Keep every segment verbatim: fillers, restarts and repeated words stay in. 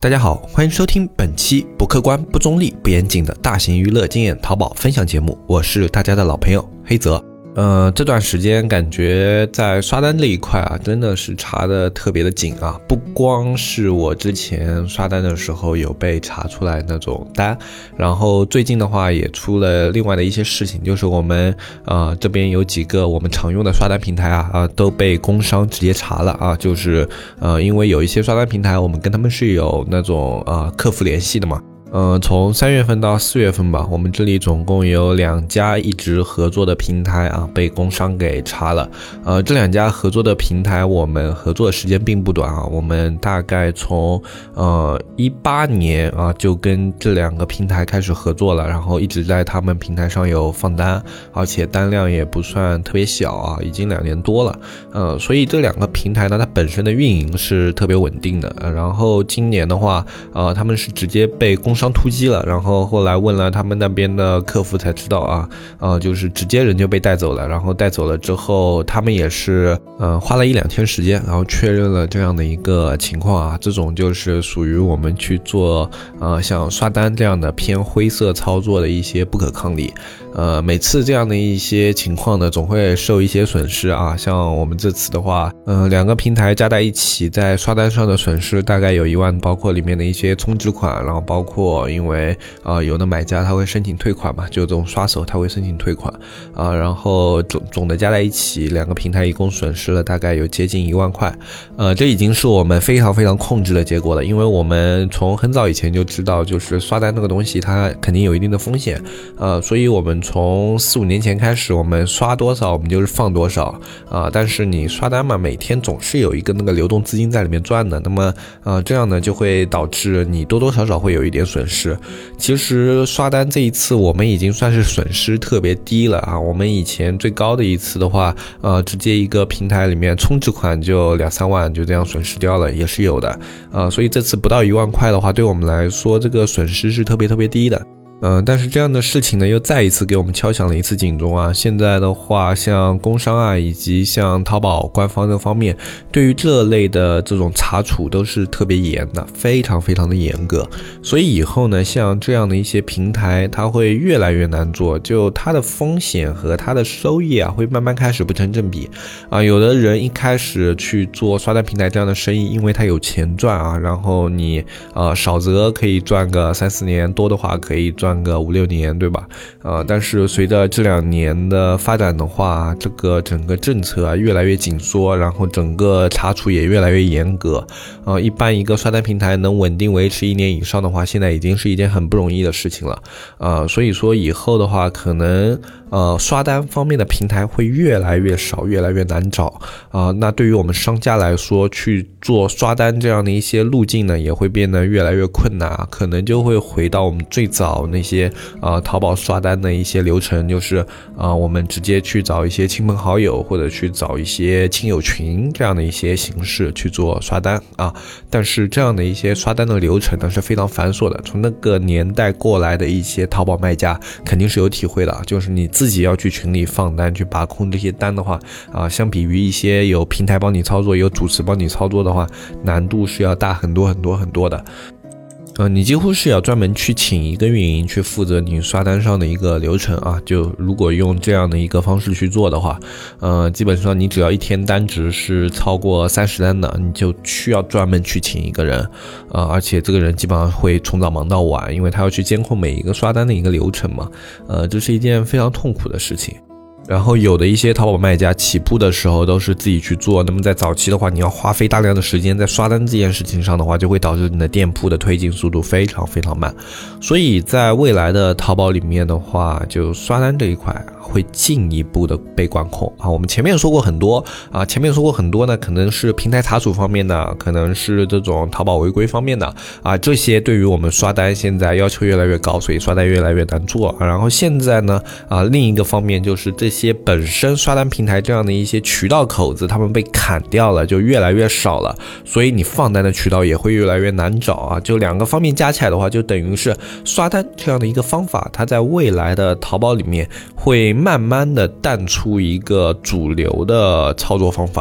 大家好，欢迎收听本期不客观、不中立、不严谨的大型娱乐经验淘宝分享节目，我是大家的老朋友黑泽。呃，这段时间感觉在刷单这一块啊，真的是查的特别的紧啊！不光是我之前刷单的时候有被查出来那种单，然后最近的话也出了另外的一些事情，就是我们呃这边有几个我们常用的刷单平台啊啊都被工商直接查了啊，就是呃因为有一些刷单平台我们跟他们是有那种呃客服联系的嘛。呃，从三月份到四月份吧，我们这里总共有两家一直合作的平台啊，被工商给查了。呃，这两家合作的平台，我们合作的时间并不短啊，我们大概从呃一八年啊就跟这两个平台开始合作了，然后一直在他们平台上有放单，而且单量也不算特别小啊，已经两年多了。呃，所以这两个平台呢，它本身的运营是特别稳定的。呃、然后今年的话，呃，他们是直接被工商商突击了，然后后来问了他们那边的客服才知道啊，呃，就是直接人就被带走了，然后带走了之后，他们也是呃花了一两天时间，然后确认了这样的一个情况啊，这种就是属于我们去做呃像刷单这样的偏灰色操作的一些不可抗力。呃，每次这样的一些情况呢，总会受一些损失啊。像我们这次的话，呃，两个平台加在一起，在刷单上的损失大概有一万，包括里面的一些充值款，然后包括因为呃有的买家他会申请退款嘛，就这种刷手他会申请退款啊、呃，然后总总的加在一起，两个平台一共损失了大概有接近一万块。呃，这已经是我们非常非常控制的结果了，因为我们从很早以前就知道，就是刷单这个东西它肯定有一定的风险，呃，所以我们从四五年前开始，我们刷多少我们就是放多少啊、呃。但是你刷单嘛，每天总是有一个那个流动资金在里面转的，那么呃这样呢就会导致你多多少少会有一点损失。其实刷单这一次我们已经算是损失特别低了啊。我们以前最高的一次的话，呃直接一个平台里面充值款就两三万就这样损失掉了，也是有的啊、呃。所以这次不到一万块的话，对我们来说这个损失是特别特别低的。嗯、呃，但是这样的事情呢，又再一次给我们敲响了一次警钟啊！现在的话，像工商啊，以及像淘宝官方这方面，对于这类的这种查处都是特别严的，非常非常的严格。所以以后呢，像这样的一些平台，它会越来越难做，就它的风险和它的收益啊，会慢慢开始不成正比啊。有的人一开始去做刷单平台这样的生意，因为它有钱赚啊，然后你呃少则可以赚个三四年，多的话可以赚个五六年，对吧？呃，但是随着这两年的发展的话，这个整个政策啊越来越紧缩，然后整个查处也越来越严格。呃，一般一个刷单平台能稳定维持一年以上的话，现在已经是一件很不容易的事情了。呃，所以说以后的话，可能呃刷单方面的平台会越来越少，越来越难找。啊、呃，那对于我们商家来说，去做刷单这样的一些路径呢，也会变得越来越困难，可能就会回到我们最早那些呃淘宝刷单的一些流程，就是呃我们直接去找一些亲朋好友，或者去找一些亲友群这样的一些形式去做刷单啊。但是这样的一些刷单的流程呢是非常繁琐的，从那个年代过来的一些淘宝卖家肯定是有体会的，就是你自己要去群里放单去把控这些单的话啊、呃，相比于一些有平台帮你操作有主持帮你操作的话，难度是要大很多很多很多的。呃，你几乎是要专门去请一个运营去负责你刷单上的一个流程啊。就如果用这样的一个方式去做的话，呃，基本上你只要一天单值是超过三十单的，你就需要专门去请一个人，呃，而且这个人基本上会从早忙到晚，因为他要去监控每一个刷单的一个流程嘛。呃，这是一件非常痛苦的事情。然后有的一些淘宝卖家起步的时候都是自己去做，那么在早期的话，你要花费大量的时间在刷单这件事情上的话，就会导致你的店铺的推进速度非常非常慢。所以在未来的淘宝里面的话，就刷单这一块会进一步的被管控啊。我们前面说过很多啊，前面说过很多呢，可能是平台查处方面的，可能是这种淘宝违规方面的啊，这些对于我们刷单现在要求越来越高，所以刷单越来越难做、啊、然后现在呢啊，另一个方面就是这些本身刷单平台这样的一些渠道口子，他们被砍掉了，就越来越少了，所以你放单的渠道也会越来越难找啊。就两个方面加起来的话，就等于是刷单这样的一个方法，它在未来的淘宝里面会慢慢的淡出一个主流的操作方法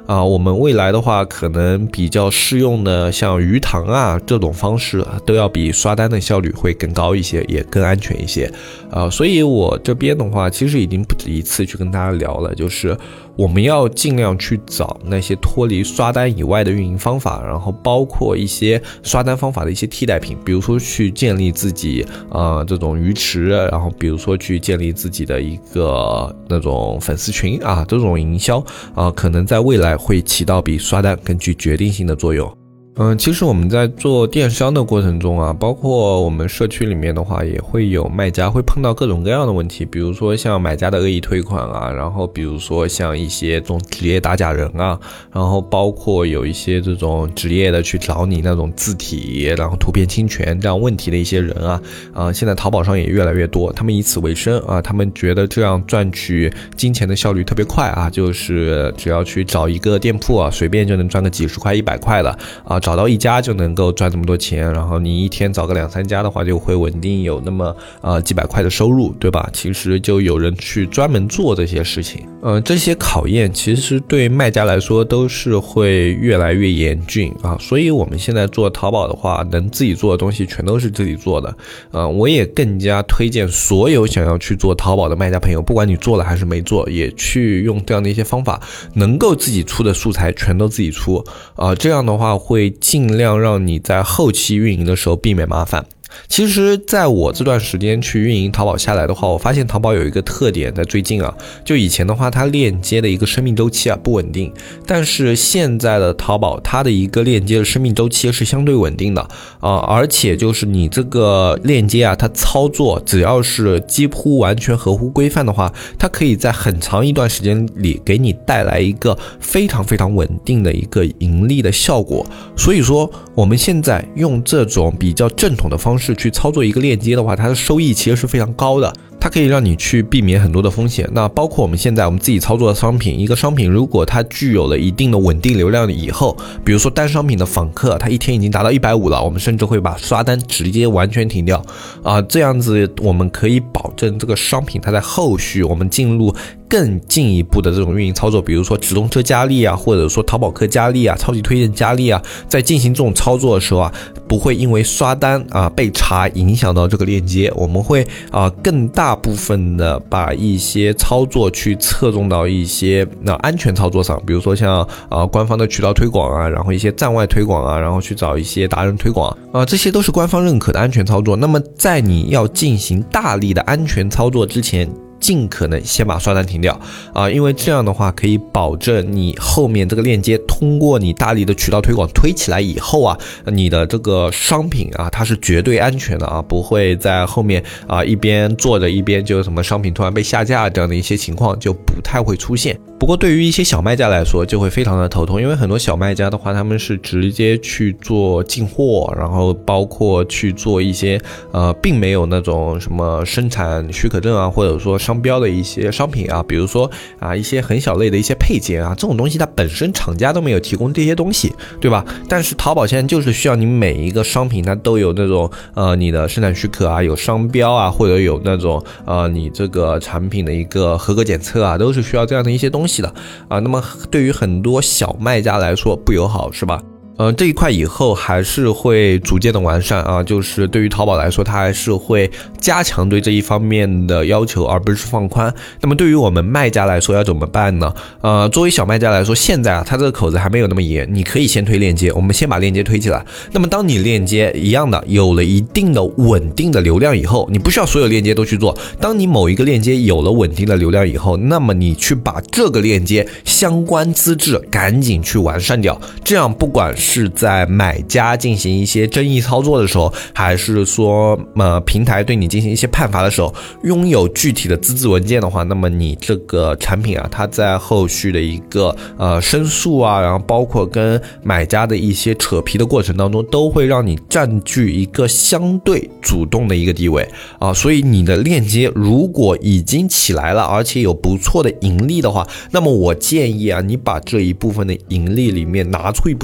啊，我们未来的话可能比较适用的像鱼塘啊这种方式都要比刷单的效率会更高一些，也更安全一些啊。所以我这边的话其实已经不止一次去跟大家聊了，就是我们要尽量去找那些脱离刷单以外的运营方法，然后包括一些刷单方法的一些替代品，比如说去建立自己呃这种鱼池，然后比如说去建立自己的一个那种粉丝群啊，这种营销啊，可能在未来会起到比刷单更具决定性的作用。嗯，其实我们在做电商的过程中啊，包括我们社区里面的话，也会有卖家会碰到各种各样的问题，比如说像买家的恶意退款啊，然后比如说像一些这种职业打假人啊，然后包括有一些这种职业的去找你那种字体，然后图片侵权这样问题的一些人啊，啊，现在淘宝上也越来越多，他们以此为生啊，他们觉得这样赚取金钱的效率特别快啊，就是只要去找一个店铺啊，随便就能赚个几十块、一百块的啊。找到一家就能够赚这么多钱，然后你一天找个两三家的话，就会稳定有那么呃几百块的收入，对吧？其实就有人去专门做这些事情，呃，这些考验其实对卖家来说都是会越来越严峻啊。所以我们现在做淘宝的话，能自己做的东西全都是自己做的，呃，我也更加推荐所有想要去做淘宝的卖家朋友，不管你做了还是没做，也去用这样的一些方法，能够自己出的素材全都自己出啊、呃，这样的话会尽量让你在后期运营的时候避免麻烦。其实在我这段时间去运营淘宝下来的话，我发现淘宝有一个特点，在最近啊，就以前的话它链接的一个生命周期啊不稳定，但是现在的淘宝它的一个链接的生命周期是相对稳定的啊、呃，而且就是你这个链接啊，它操作只要是几乎完全合乎规范的话，它可以在很长一段时间里给你带来一个非常非常稳定的一个盈利的效果。所以说我们现在用这种比较正统的方式去操作一个链接的话，它的收益其实是非常高的，它可以让你去避免很多的风险。那包括我们现在我们自己操作的商品，一个商品如果它具有了一定的稳定流量以后，比如说单商品的访客它一天已经达到一百五了，我们甚至会把刷单直接完全停掉啊、呃，这样子我们可以保证这个商品它在后续我们进入更进一步的这种运营操作，比如说直通车佳丽啊，或者说淘宝客佳丽啊，超级推荐佳丽啊，在进行这种操作的时候啊，不会因为刷单啊被查影响到这个链接，我们会啊更大部分的把一些操作去侧重到一些那、啊、安全操作上，比如说像啊官方的渠道推广啊，然后一些站外推广啊，然后去找一些达人推广啊，这些都是官方认可的安全操作。那么在你要进行大力的安全操作之前，尽可能先把刷单停掉啊，因为这样的话可以保证你后面这个链接通过你大力的渠道推广推起来以后啊，你的这个商品啊它是绝对安全的啊，不会在后面啊一边做着一边就什么商品突然被下架这样的一些情况就不太会出现。不过对于一些小卖家来说就会非常的头痛，因为很多小卖家的话他们是直接去做进货，然后包括去做一些呃并没有那种什么生产许可证啊，或者说商标的一些商品啊，比如说啊一些很小类的一些配件啊，这种东西它本身厂家都没有提供这些东西，对吧？但是淘宝现在就是需要你每一个商品它都有那种呃你的生产许可啊，有商标啊，或者有那种呃你这个产品的一个合格检测啊，都是需要这样的一些东西的啊。那么对于很多小卖家来说不友好，是吧？呃，这一块以后还是会逐渐的完善啊，就是对于淘宝来说，它还是会加强对这一方面的要求，而不是放宽。那么对于我们卖家来说要怎么办呢？呃，作为小卖家来说，现在啊，它这个口子还没有那么严，你可以先推链接，我们先把链接推起来。那么当你链接一样的有了一定的稳定的流量以后，你不需要所有链接都去做。当你某一个链接有了稳定的流量以后，那么你去把这个链接相关资质赶紧去完善掉，这样不管是是在买家进行一些争议操作的时候，还是说呃平台对你进行一些判罚的时候，拥有具体的资质文件的话，那么你这个产品啊，它在后续的一个呃申诉啊，然后包括跟买家的一些扯皮的过程当中，都会让你占据一个相对主动的一个地位啊。所以你的链接如果已经起来了，而且有不错的盈利的话，那么我建议啊，你把这一部分的盈利里面拿出一部分来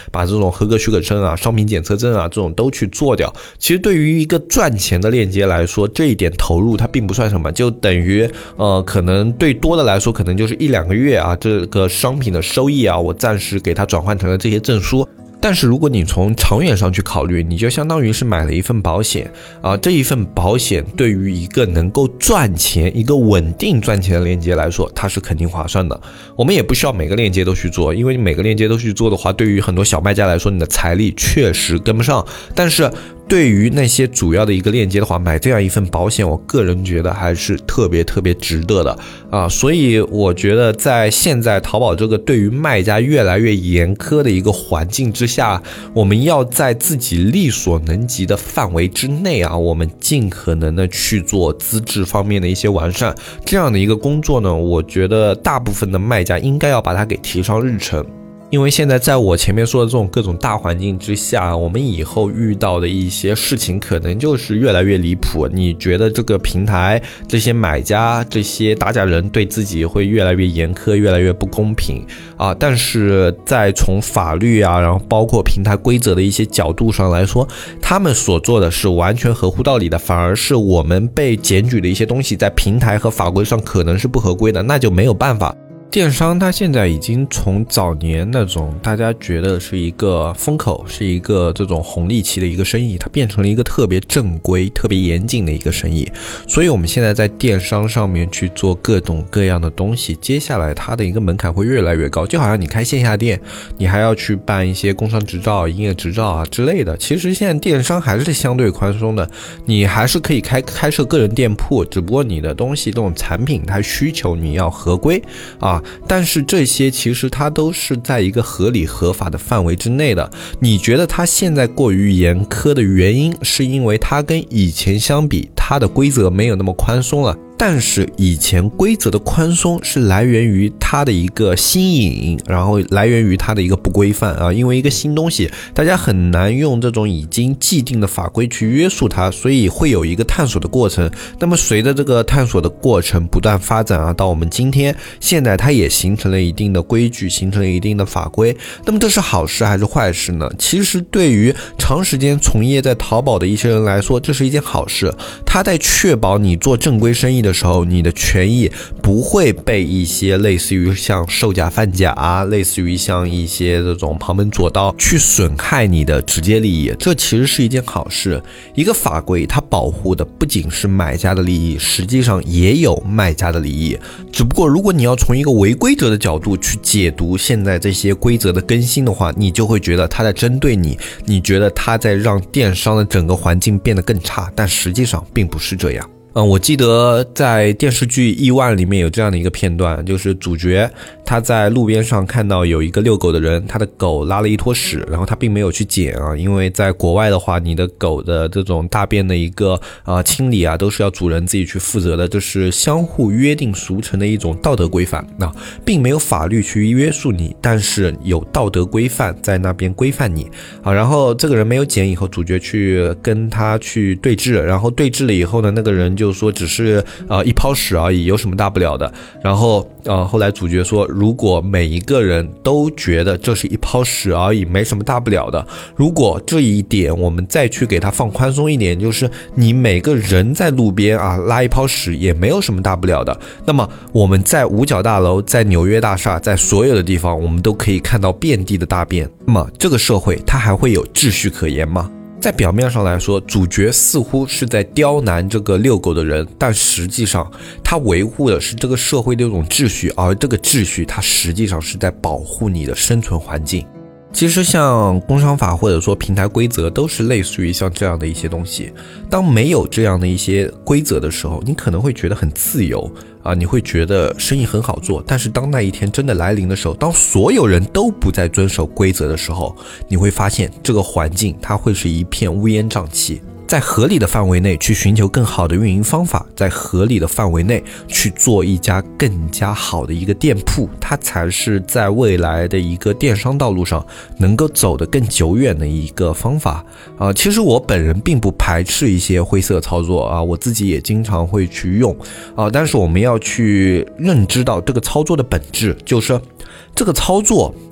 把这种合格许可证啊、商品检测证啊这种都去做掉。其实对于一个赚钱的链接来说，这一点投入它并不算什么，就等于呃可能对多的来说可能就是一两个月啊，这个商品的收益啊，我暂时给它转换成了这些证书。但是如果你从长远上去考虑，你就相当于是买了一份保险啊，这一份保险对于一个能够赚钱、一个稳定赚钱的链接来说，它是肯定划算的。我们也不需要每个链接都去做，因为每个链接都去做的话，对于很多小卖家来说，你的财力确实跟不上。但是对于那些主要的一个链接的话，买这样一份保险，我个人觉得还是特别特别值得的啊。所以我觉得在现在淘宝这个对于卖家越来越严苛的一个环境之下，我们要在自己力所能及的范围之内啊，我们尽可能的去做资质方面的一些完善，这样的一个工作呢，我觉得大部分的卖家应该要把它给提上日程。因为现在在我前面说的这种各种大环境之下，我们以后遇到的一些事情可能就是越来越离谱。你觉得这个平台、这些买家、这些打假人对自己会越来越严苛、越来越不公平啊！但是在从法律啊，然后包括平台规则的一些角度上来说，他们所做的是完全合乎道理的，反而是我们被检举的一些东西在平台和法规上可能是不合规的，那就没有办法。电商它现在已经从早年那种大家觉得是一个风口，是一个这种红利期的一个生意，它变成了一个特别正规、特别严谨的一个生意。所以我们现在在电商上面去做各种各样的东西，接下来它的一个门槛会越来越高。就好像你开线下店，你还要去办一些工商执照、营业执照啊之类的。其实现在电商还是相对宽松的，你还是可以开开设个人店铺，只不过你的东西这种产品它需求你要合规啊。但是这些其实它都是在一个合理合法的范围之内的。你觉得它现在过于严苛的原因，是因为它跟以前相比，它的规则没有那么宽松了。但是以前规则的宽松是来源于它的一个新颖，然后来源于它的一个不规范啊，因为一个新东西大家很难用这种已经既定的法规去约束它，所以会有一个探索的过程。那么随着这个探索的过程不断发展啊，到我们今天现在它也形成了一定的规矩，形成了一定的法规。那么这是好事还是坏事呢？其实对于长时间从业在淘宝的一些人来说，这是一件好事，它在确保你做正规生意的的时候，你的权益不会被一些类似于像售假贩假啊，类似于像一些这种旁门左道去损害你的直接利益，这其实是一件好事。一个法规它保护的不仅是买家的利益，实际上也有卖家的利益。只不过如果你要从一个违规者的角度去解读现在这些规则的更新的话，你就会觉得他在针对你，你觉得他在让电商的整个环境变得更差，但实际上并不是这样。嗯，我记得在电视剧《亿万》里面有这样的一个片段，就是主角他在路边上看到有一个遛狗的人，他的狗拉了一坨屎，然后他并没有去捡啊，因为在国外的话，你的狗的这种大便的一个呃清理啊，都是要主人自己去负责的，这是相互约定俗成的一种道德规范啊，并没有法律去约束你，但是有道德规范在那边规范你啊。然后这个人没有捡以后，主角去跟他去对峙，然后对峙了以后呢，那个人就说只是呃一泡屎而已，有什么大不了的。然后呃后来主角说，如果每一个人都觉得这是一泡屎而已，没什么大不了的，如果这一点我们再去给他放宽松一点，就是你每个人在路边啊拉一泡屎也没有什么大不了的，那么我们在五角大楼、在纽约大厦、在所有的地方，我们都可以看到遍地的大便，那么这个社会它还会有秩序可言吗？在表面上来说，主角似乎是在刁难这个遛狗的人，但实际上他维护的是这个社会的一种秩序，而这个秩序它实际上是在保护你的生存环境。其实像工商法或者说平台规则都是类似于像这样的一些东西，当没有这样的一些规则的时候，你可能会觉得很自由啊，你会觉得生意很好做，但是当那一天真的来临的时候，当所有人都不再遵守规则的时候，你会发现这个环境它会是一片乌烟瘴气。在合理的范围内去寻求更好的运营方法，在合理的范围内去做一家更加好的一个店铺，它才是在未来的一个电商道路上能够走得更久远的一个方法啊、呃。其实我本人并不排斥一些灰色操作啊，我自己也经常会去用啊、呃，但是我们要去认知到这个操作的本质，就是这个操作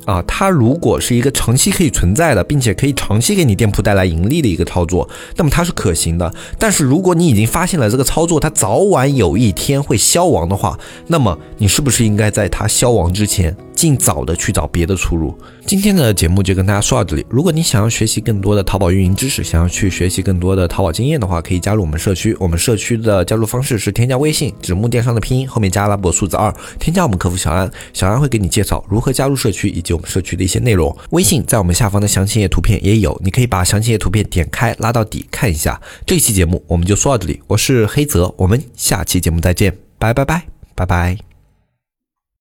啊，它如果是一个长期可以存在的，并且可以长期给你店铺带来盈利的一个操作，那么它是可行的。但是如果你已经发现了这个操作它早晚有一天会消亡的话，那么你是不是应该在它消亡之前尽早的去找别的出路？今天的节目就跟大家说到这里。如果你想要学习更多的淘宝运营知识，想要去学习更多的淘宝经验的话，可以加入我们社区。我们社区的加入方式是添加微信纸木电商的拼音后面加阿拉伯数字二，添加我们客服小安，小安会给你介绍如何加入社区以及我们社区的一些内容。微信在我们下方的详情页图片也有，你可以把详情页图片点开拉到底看一下。这期节目我们就说到这里，我是黑泽，我们下期节目再见，拜拜拜拜拜。